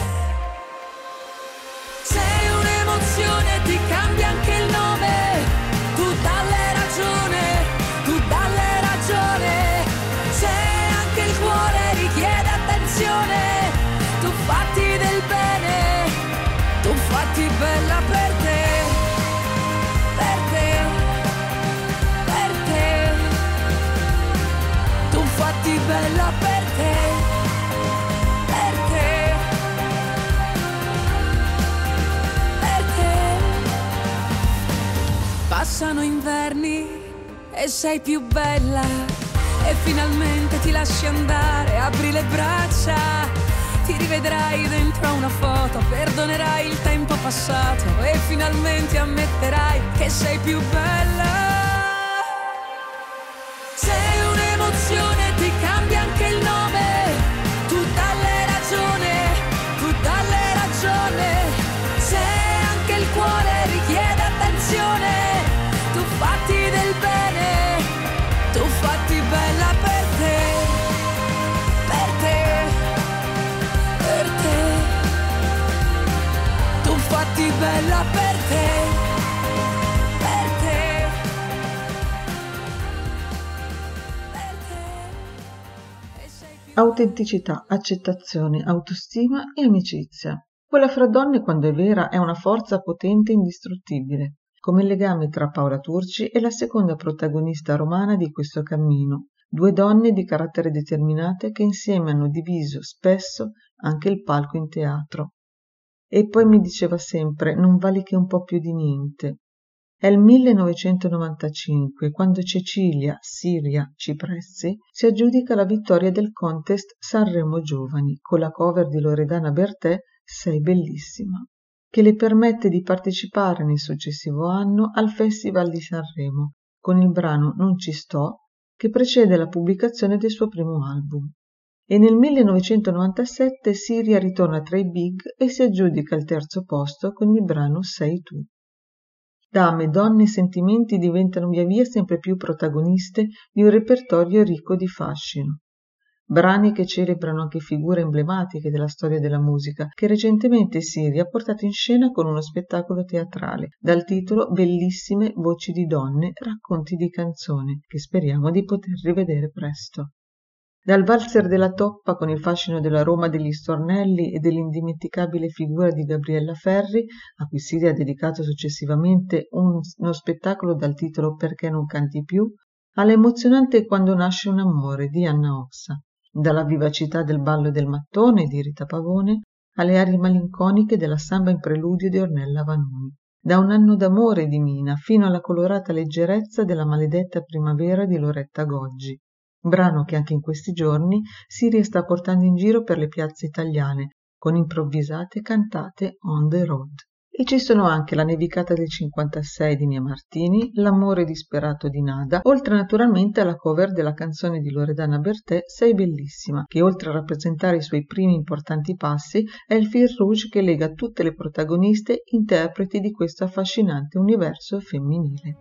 Sei un'emozione, ti cambia anche il nome. Tu dalle ragione, tu dalle ragione. Se anche il cuore richiede attenzione, tu fatti del bene, tu fatti bella per te, per te, per te. Tu fatti bella per te, per te, per te. passano inverni e sei più bella e finalmente ti lasci andare, apri le braccia, ti rivedrai dentro a una foto, perdonerai il tempo passato e finalmente ammetterai che sei più bella. Sei un'emozione, ti cambia anche il nome, tu dalle ragione, tu dalle ragione, se anche il cuore richiede attenzione, tu fatti del bene, tu fatti bella per te, per te, per te, tu fatti bella per te, per te, per te. E sei più... Autenticità, accettazione, autostima e amicizia. Quella fra donne, quando è vera, è una forza potente e indistruttibile, come il legame tra Paola Turci e la seconda protagonista romana di questo cammino, due donne di carattere determinate che insieme hanno diviso spesso anche il palco in teatro. E poi mi diceva sempre, non vali che un po' più di niente. È il millenovecentonovantacinque, quando Cecilia Siria Cipressi si aggiudica la vittoria del contest Sanremo Giovani con la cover di Loredana Bertè Sei bellissima, che le permette di partecipare nel successivo anno al Festival di Sanremo con il brano Non ci sto, che precede la pubblicazione del suo primo album. E nel millenovecentonovantasette Siria ritorna tra i big e si aggiudica il terzo posto con il brano Sei tu. Dame, donne e sentimenti diventano via via sempre più protagoniste di un repertorio ricco di fascino. Brani che celebrano anche figure emblematiche della storia della musica, che recentemente Siria ha portato in scena con uno spettacolo teatrale, dal titolo Bellissime voci di donne, racconti di canzone, che speriamo di poter rivedere presto. Dal valzer della Toppa con il fascino della Roma degli Stornelli e dell'indimenticabile figura di Gabriella Ferri, a cui Siria ha dedicato successivamente un, uno spettacolo dal titolo Perché non canti più, all'emozionante Quando nasce un amore di Anna Oxa. Dalla vivacità del ballo del mattone di Rita Pavone alle arie malinconiche della samba in preludio di Ornella Vanoni. Da Un anno d'amore di Mina fino alla colorata leggerezza della maledetta primavera di Loretta Goggi. Brano che anche in questi giorni Siria sta portando in giro per le piazze italiane, con improvvisate cantate on the road. E ci sono anche La nevicata del cinquantasei di Nia Martini, L'amore disperato di Nada, oltre naturalmente alla cover della canzone di Loredana Bertè Sei bellissima, che oltre a rappresentare i suoi primi importanti passi è il fil rouge che lega tutte le protagoniste interpreti di questo affascinante universo femminile.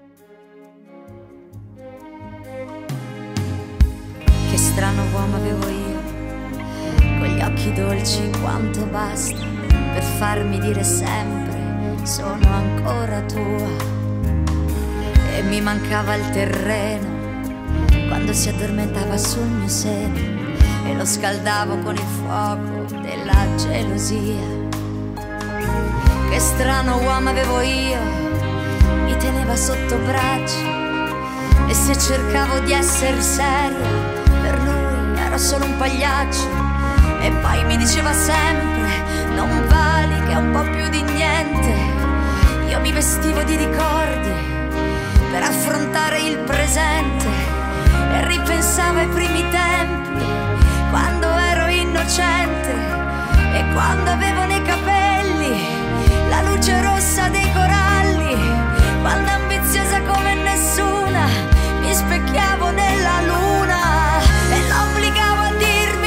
Che strano uomo avevo io, con gli occhi dolci quanto basta per farmi dire sempre sono ancora tua, e mi mancava il terreno quando si addormentava sul mio seno e lo scaldavo con il fuoco della gelosia. Che strano uomo avevo io, mi teneva sotto braccio e se cercavo di essere seria per lui ero solo un pagliaccio. E poi mi diceva sempre, non vali che un po' più di niente. Io mi vestivo di ricordi per affrontare il presente e ripensavo ai primi tempi, quando ero innocente e quando avevo nei capelli la luce rossa dei coralli, quando ambiziosa come nessuna mi specchiavo nella luna e l'obbligavo a dirmi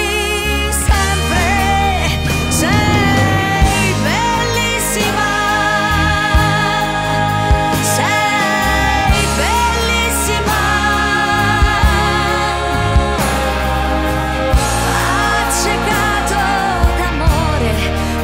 sei bellissima, sei bellissima, accecato d'amore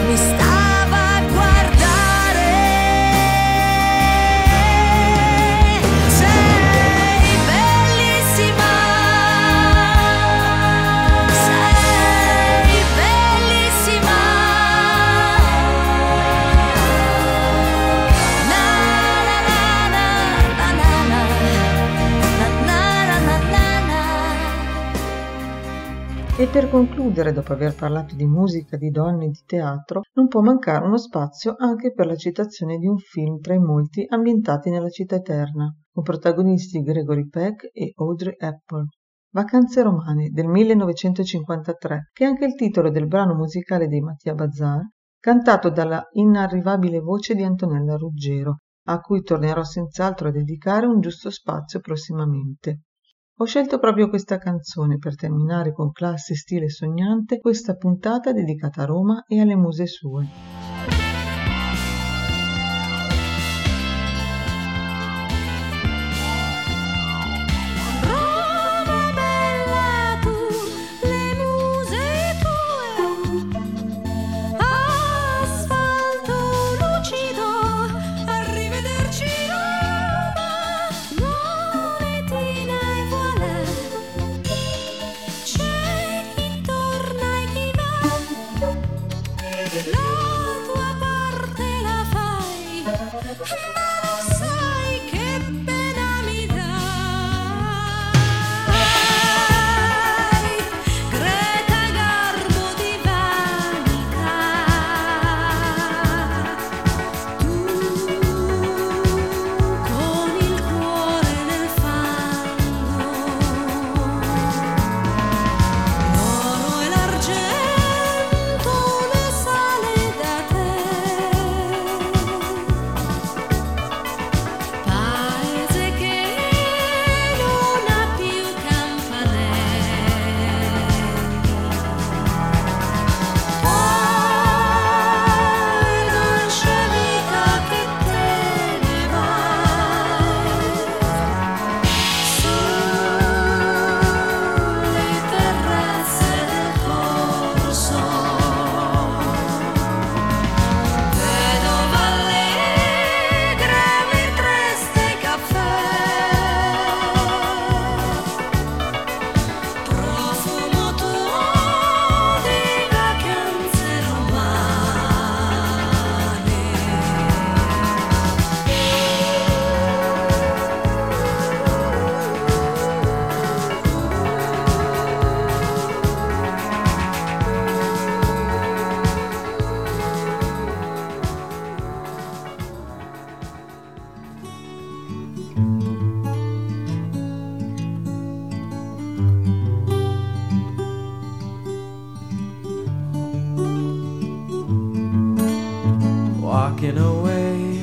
per concludere, dopo aver parlato di musica, di donne e di teatro, non può mancare uno spazio anche per la citazione di un film tra i molti ambientati nella città eterna, con protagonisti Gregory Peck e Audrey Hepburn. Vacanze romane del millenovecentocinquantatré, che è anche il titolo del brano musicale dei Mattia Bazar, cantato dalla inarrivabile voce di Antonella Ruggero, a cui tornerò senz'altro a dedicare un giusto spazio prossimamente. Ho scelto proprio questa canzone per terminare con classe e stile sognante questa puntata dedicata a Roma e alle muse sue. Walking away,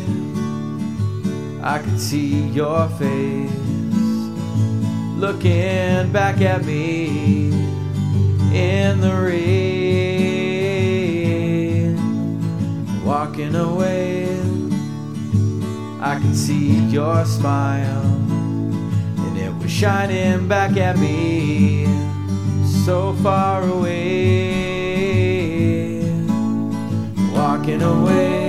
I could see your face looking back at me in the rain. Walking away, I could see your smile, and it was shining back at me so far away. Walking away,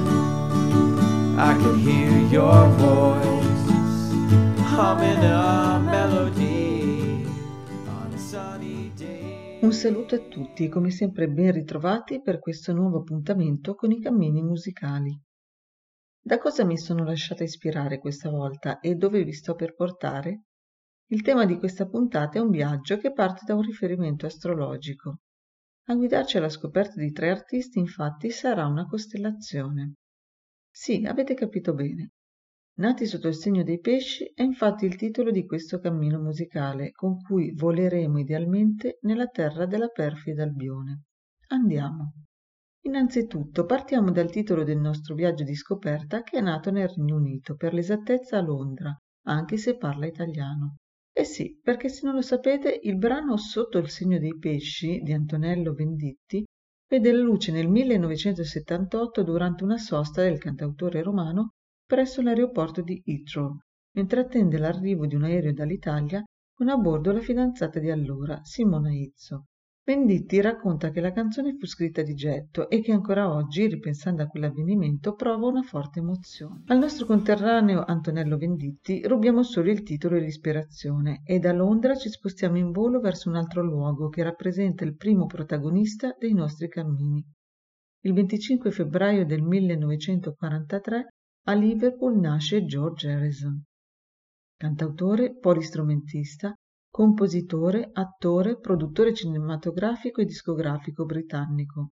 I could hear your voice humming a melody on a sunny day. Un saluto a tutti e come sempre ben ritrovati per questo nuovo appuntamento con i cammini musicali. Da cosa mi sono lasciata ispirare questa volta e dove vi sto per portare? Il tema di questa puntata è un viaggio che parte da un riferimento astrologico. A guidarci alla scoperta di tre artisti, infatti, sarà una costellazione. Sì, avete capito bene. Nati sotto il segno dei pesci è infatti il titolo di questo cammino musicale con cui voleremo idealmente nella terra della perfida Albione. Andiamo. Innanzitutto partiamo dal titolo del nostro viaggio di scoperta che è nato nel Regno Unito, per l'esattezza a Londra, anche se parla italiano. Eh sì, perché se non lo sapete, il brano Sotto il segno dei pesci di Antonello Venditti vede la luce nel millenovecentosettantotto durante una sosta del cantautore romano presso l'aeroporto di Heathrow, mentre attende l'arrivo di un aereo dall'Italia con a bordo la fidanzata di allora, Simona Izzo. Venditti racconta che la canzone fu scritta di getto e che ancora oggi, ripensando a quell'avvenimento, prova una forte emozione. Al nostro conterraneo Antonello Venditti rubiamo solo il titolo e l'ispirazione e da Londra ci spostiamo in volo verso un altro luogo che rappresenta il primo protagonista dei nostri cammini. Il venticinque febbraio del millenovecentoquarantatré a Liverpool nasce George Harrison. Cantautore, polistrumentista, compositore, attore, produttore cinematografico e discografico britannico.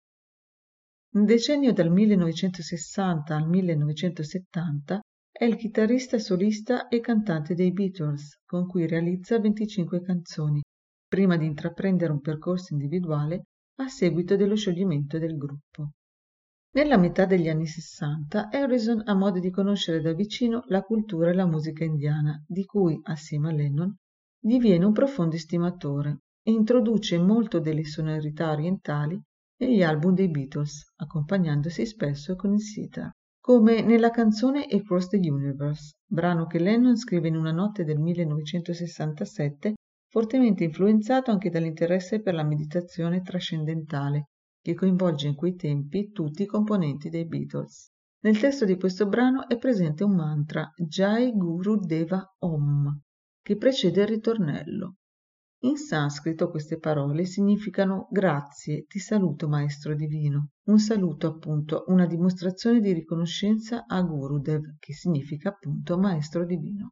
Nel decennio dal millenovecentosessanta al millenovecentosettanta è il chitarrista solista e cantante dei Beatles, con cui realizza venticinque canzoni, prima di intraprendere un percorso individuale a seguito dello scioglimento del gruppo. Nella metà degli anni sessanta Harrison ha modo di conoscere da vicino la cultura e la musica indiana, di cui, assieme a Lennon, diviene un profondo estimatore e introduce molto delle sonorità orientali negli album dei Beatles, accompagnandosi spesso con il sitar, come nella canzone Across the Universe, brano che Lennon scrive in una notte del millenovecentosessantasette, fortemente influenzato anche dall'interesse per la meditazione trascendentale, che coinvolge in quei tempi tutti i componenti dei Beatles. Nel testo di questo brano è presente un mantra, Jai Guru Deva Om, che precede il ritornello. In sanscrito queste parole significano grazie, ti saluto maestro divino. Un saluto appunto, una dimostrazione di riconoscenza a Gurudev, che significa appunto maestro divino.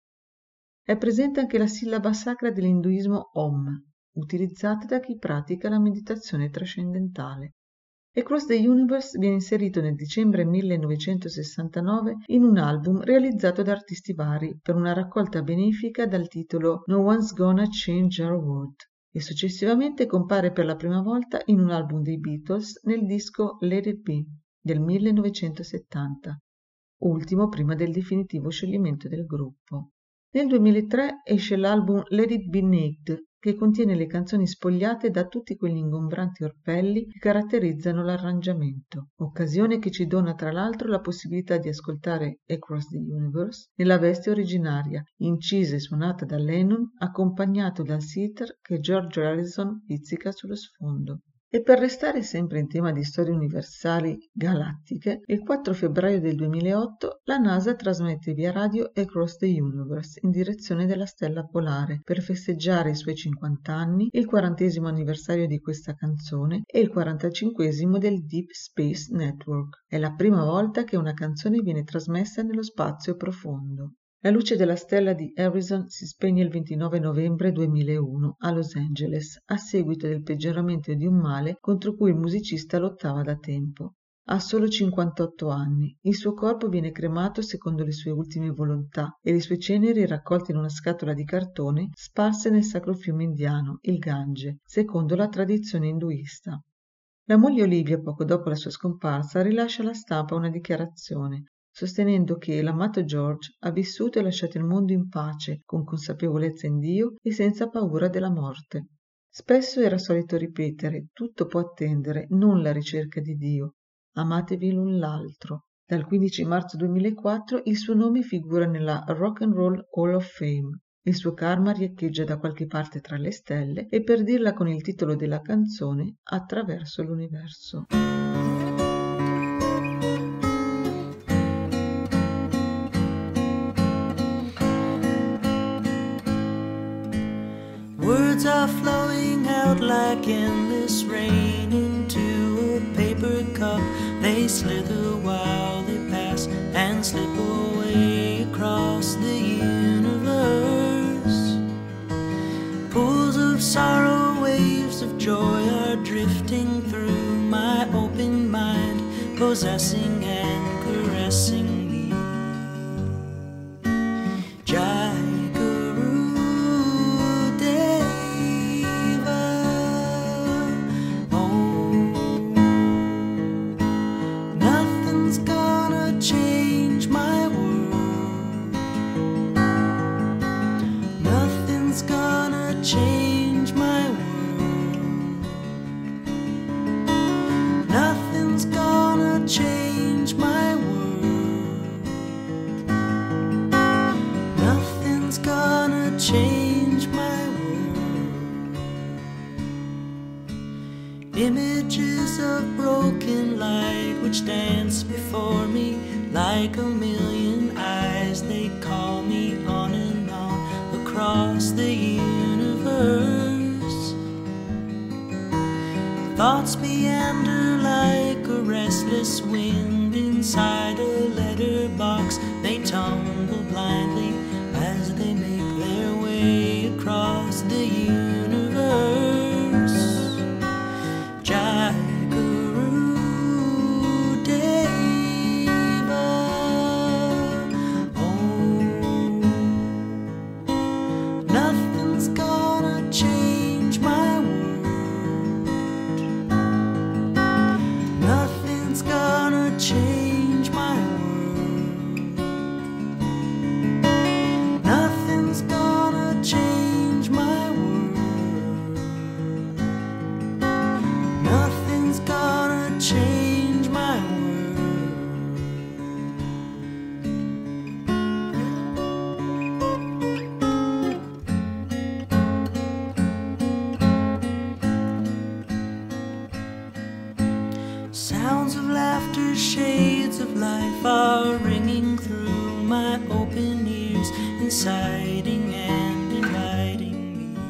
È presente anche la sillaba sacra dell'induismo Om, utilizzata da chi pratica la meditazione trascendentale. Across the Universe viene inserito nel dicembre millenovecentosessantanove in un album realizzato da artisti vari per una raccolta benefica dal titolo No One's Gonna Change Our World e successivamente compare per la prima volta in un album dei Beatles nel disco Let It Be del millenovecentosettanta, ultimo prima del definitivo scioglimento del gruppo. Nel duemilatré esce l'album Let It Be Naked, che contiene le canzoni spogliate da tutti quegli ingombranti orpelli che caratterizzano l'arrangiamento, occasione che ci dona tra l'altro la possibilità di ascoltare Across the Universe nella veste originaria, incisa e suonata da Lennon, accompagnato dal sitar che George Harrison pizzica sullo sfondo. E per restare sempre in tema di storie universali galattiche, il quattro febbraio del duemilaotto la NASA trasmette via radio Across the Universe in direzione della stella polare per festeggiare i suoi cinquanta anni, il quarantesimo anniversario di questa canzone e il quarantacinquesimo del Deep Space Network. È la prima volta che una canzone viene trasmessa nello spazio profondo. La luce della stella di Harrison si spegne il ventinove novembre duemilauno a Los Angeles a seguito del peggioramento di un male contro cui il musicista lottava da tempo. Ha solo cinquantotto anni, il suo corpo viene cremato secondo le sue ultime volontà e le sue ceneri raccolte in una scatola di cartone sparse nel sacro fiume indiano, il Gange, secondo la tradizione induista. La moglie Olivia, poco dopo la sua scomparsa, rilascia alla stampa una dichiarazione sostenendo che l'amato George ha vissuto e lasciato il mondo in pace, con consapevolezza in Dio e senza paura della morte. Spesso era solito ripetere: tutto può attendere, non la ricerca di Dio. Amatevi l'un l'altro. Dal quindici marzo duemilaquattro il suo nome figura nella Rock and Roll Hall of Fame. Il suo karma riecheggia da qualche parte tra le stelle e, per dirla con il titolo della canzone, attraverso l'universo. Words are flowing out like endless rain into a paper cup. They slither while they pass and slip away across the universe. Pools of sorrow, waves of joy are drifting through my open mind, possessing and caressing me. Jai change my world. Nothing's gonna change my world. Nothing's gonna change my world. Images of broken light which dance before me like a million eyes. They call me on and on across the universe. Thoughts meander like a restless wind inside a letterbox. They tumble blindly as they make their way across the universe. Nothing's gonna change my world. Nothing's gonna change my world. Nothing's gonna change my world. Sounds of laughter, shades of life are ringing through my open ears, inciting and inviting me.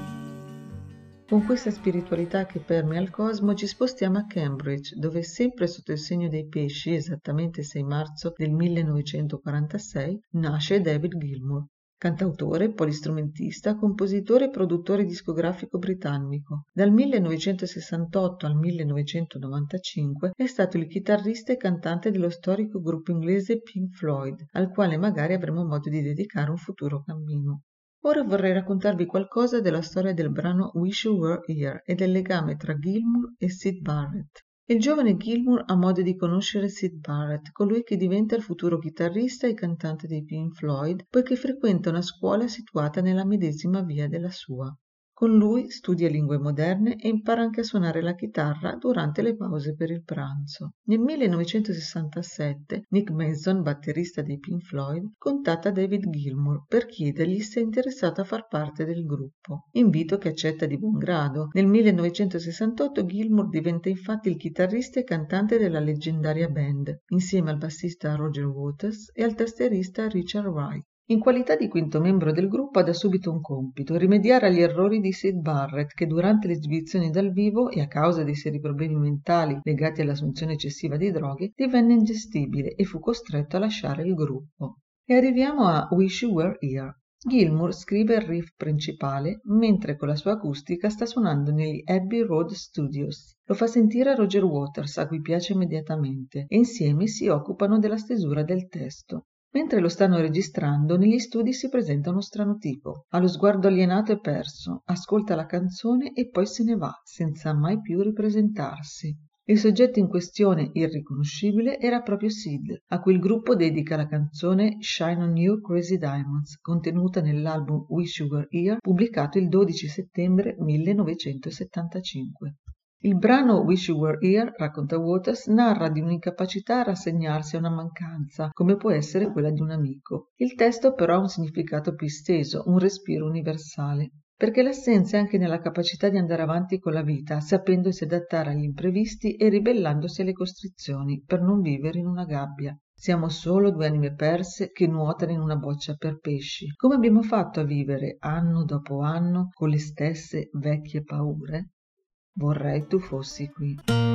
Con questa spiritualità che permea il cosmo ci spostiamo a Cambridge, dove sempre sotto il segno dei pesci, esattamente sei marzo del millenovecentoquarantasei, nasce David Gilmour, cantautore, polistrumentista, compositore e produttore discografico britannico. Dal millenovecentosessantotto al millenovecentonovantacinque è stato il chitarrista e cantante dello storico gruppo inglese Pink Floyd, al quale magari avremo modo di dedicare un futuro cammino. Ora vorrei raccontarvi qualcosa della storia del brano Wish You Were Here e del legame tra Gilmour e Syd Barrett. Il giovane Gilmour ha modo di conoscere Syd Barrett, colui che diventa il futuro chitarrista e cantante dei Pink Floyd, poiché frequenta una scuola situata nella medesima via della sua. Con lui studia lingue moderne e impara anche a suonare la chitarra durante le pause per il pranzo. Nel millenovecentosessantasette Nick Mason, batterista dei Pink Floyd, contatta David Gilmour per chiedergli se è interessato a far parte del gruppo. Invito che accetta di buon grado. Nel millenovecentosessantotto Gilmour diventa infatti il chitarrista e cantante della leggendaria band, insieme al bassista Roger Waters e al tastierista Richard Wright. In qualità di quinto membro del gruppo ha da subito un compito: rimediare agli errori di Syd Barrett, che durante le esibizioni dal vivo e a causa dei seri problemi mentali legati all'assunzione eccessiva di droghe divenne ingestibile e fu costretto a lasciare il gruppo. E arriviamo a Wish You Were Here. Gilmour scrive il riff principale mentre con la sua acustica sta suonando negli Abbey Road Studios. Lo fa sentire a Roger Waters, a cui piace immediatamente, e insieme si occupano della stesura del testo. Mentre lo stanno registrando, negli studi si presenta uno strano tipo. Ha lo sguardo alienato e perso, ascolta la canzone e poi se ne va, senza mai più ripresentarsi. Il soggetto in questione, irriconoscibile, era proprio Syd, a cui il gruppo dedica la canzone Shine on You Crazy Diamonds, contenuta nell'album Wish You Were Here, pubblicato il dodici settembre millenovecentosettantacinque. Il brano Wish You Were Here, racconta Waters, narra di un'incapacità a rassegnarsi a una mancanza, come può essere quella di un amico. Il testo però ha un significato più esteso, un respiro universale, perché l'assenza è anche nella capacità di andare avanti con la vita, sapendosi adattare agli imprevisti e ribellandosi alle costrizioni, per non vivere in una gabbia. Siamo solo due anime perse che nuotano in una boccia per pesci. Come abbiamo fatto a vivere, anno dopo anno, con le stesse vecchie paure? Vorrei tu fossi qui.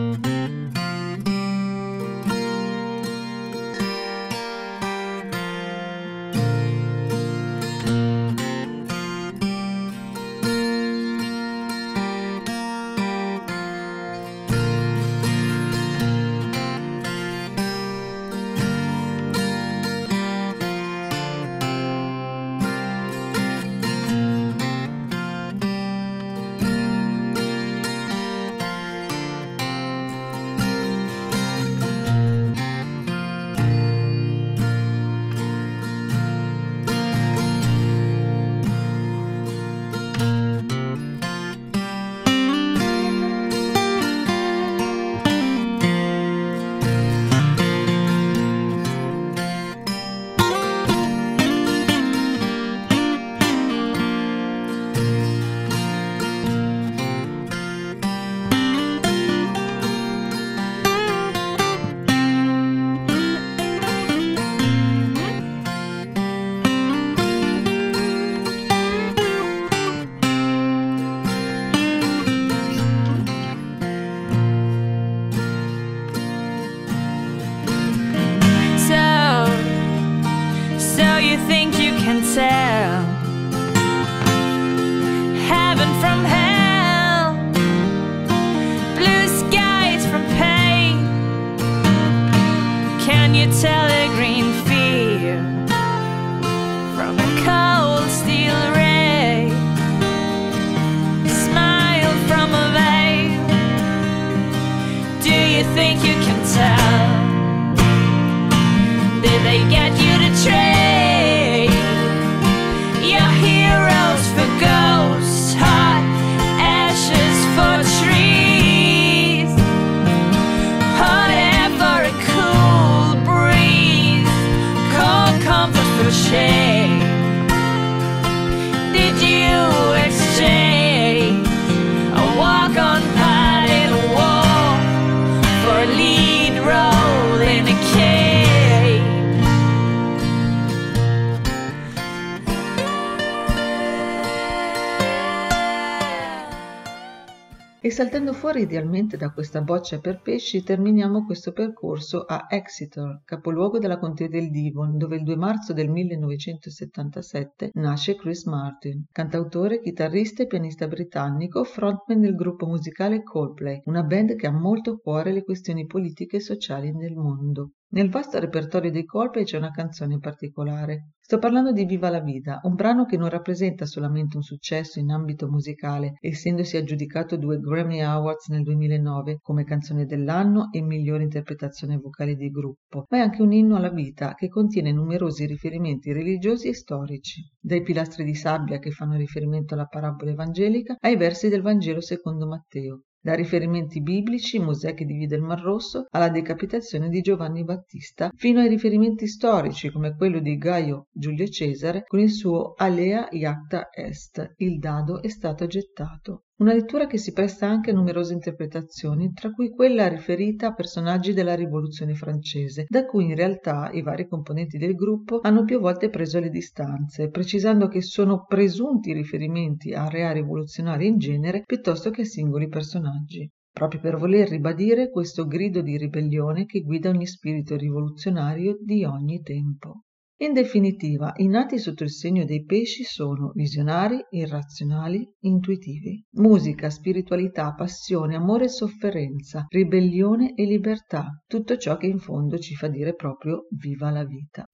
tell heaven from hell, blue skies from pain. Can you tell a green field from a cold steel ray? Smile from a veil. Do you think you can tell? saltando fuori idealmente da questa boccia per pesci, terminiamo questo percorso a Exeter, capoluogo della contea del Devon, dove il due marzo del millenovecentosettantasette nasce Chris Martin, cantautore, chitarrista e pianista britannico, frontman del gruppo musicale Coldplay, una band che ha molto a cuore le questioni politiche e sociali nel mondo. Nel vasto repertorio dei Coldplay c'è una canzone in particolare. Sto parlando di Viva la Vida, un brano che non rappresenta solamente un successo in ambito musicale, essendosi aggiudicato due Grammy Awards nel duemilanove come canzone dell'anno e migliore interpretazione vocale di gruppo, ma è anche un inno alla vita che contiene numerosi riferimenti religiosi e storici, dai pilastri di sabbia che fanno riferimento alla parabola evangelica ai versi del Vangelo secondo Matteo. Da riferimenti biblici, Mosè che divide il Mar Rosso, alla decapitazione di Giovanni Battista, fino ai riferimenti storici come quello di Gaio Giulio Cesare con il suo Alea Iacta Est, il dado è stato gettato. Una lettura che si presta anche a numerose interpretazioni, tra cui quella riferita a personaggi della Rivoluzione francese, da cui in realtà i vari componenti del gruppo hanno più volte preso le distanze, precisando che sono presunti riferimenti a reati rivoluzionari in genere piuttosto che a singoli personaggi, proprio per voler ribadire questo grido di ribellione che guida ogni spirito rivoluzionario di ogni tempo. In definitiva, i nati sotto il segno dei pesci sono visionari, irrazionali, intuitivi. Musica, spiritualità, passione, amore e sofferenza, ribellione e libertà, tutto ciò che in fondo ci fa dire proprio viva la vita.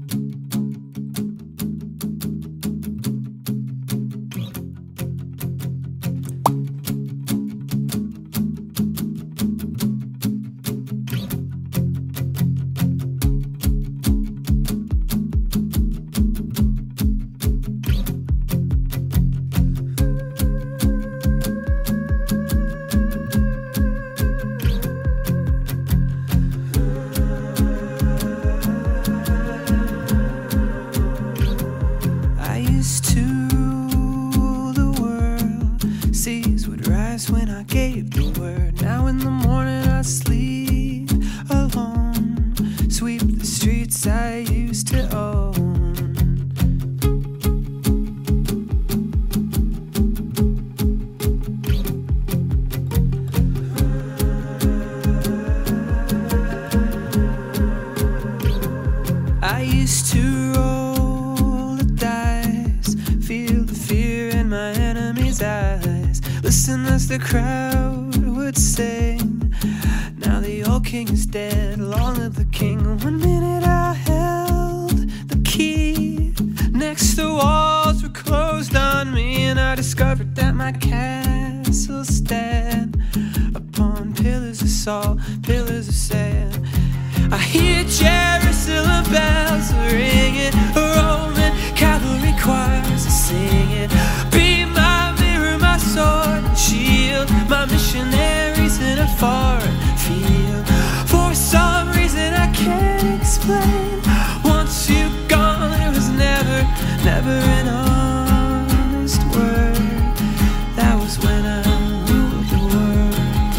Listen as the crowd would sing. Now the old king is dead, long live the king. One minute I held the key. Next the walls were closed on me, and I discovered that my castle stand upon pillars of salt, pillars of sand. I hear Jerusalem bells ringing, Roman cavalry choirs are singing. Be my mirror, my sword and shield, my missionaries in a foreign field. For some reason I can't explain, once you've gone there was never, never an honest word. That was when I ruled the world.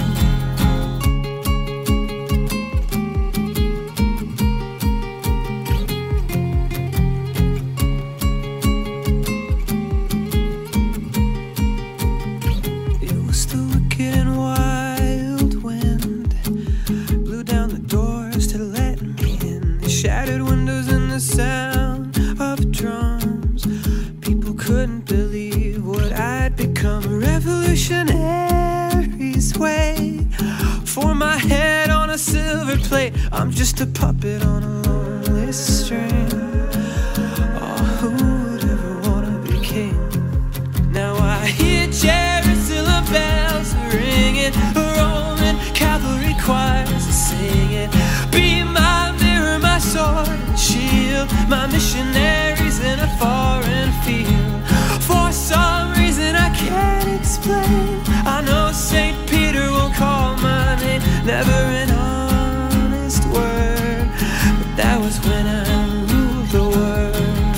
It was the wicked and wild wind blew down the doors to let me in. The shattered windows and the sound of drums. People couldn't believe what I'd become. A revolutionary's way for my head on a silver plate. I'm just a puppet on a lonely string. Oh, who would ever wanna be king? Now I hear Jerusalem bells ringing, Roman cavalry choirs are singing. Be my mirror, my sword and shield, my missionaries in a foreign field. For some reason I can't explain, I know Saint Peter won't call my name. Never an honest word, but that was when I ruled the world.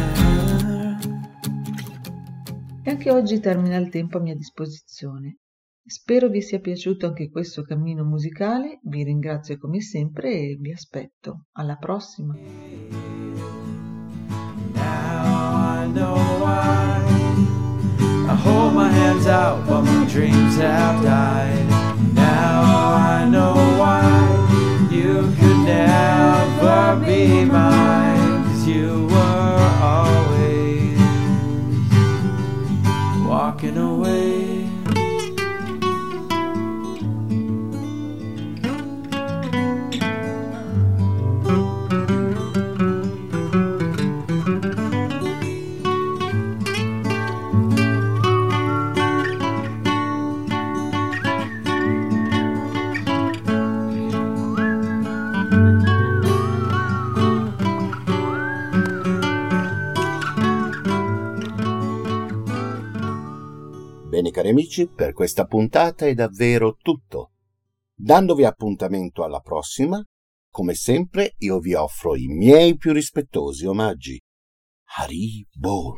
Yeah. E anche oggi termina il tempo a mia disposizione. Spero vi sia piaciuto anche questo cammino musicale, vi ringrazio come sempre e vi aspetto. Alla prossima! Now I know why I hold hold my hands out while my dreams have died. Now I know why you could never be mine, 'cause you were always walking away. Bene cari amici, per questa puntata è davvero tutto. Dandovi appuntamento alla prossima, come sempre io vi offro i miei più rispettosi omaggi. Haribo!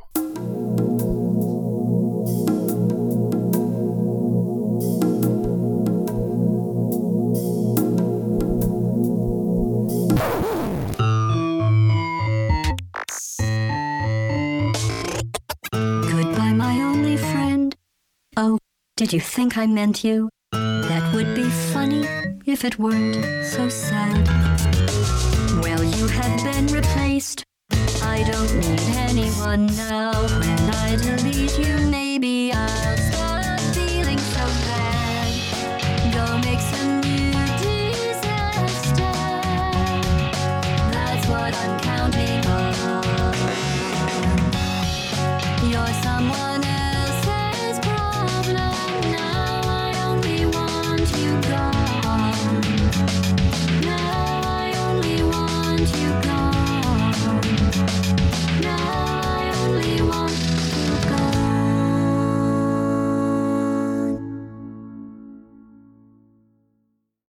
Goodbye, my only friend. Oh, did you think I meant you? That would be funny if it weren't so sad. Well, you have been replaced. I don't need anyone now. When I delete you, maybe I'll stop feeling so bad. Go make some new disaster. That's what I'm counting on. You're someone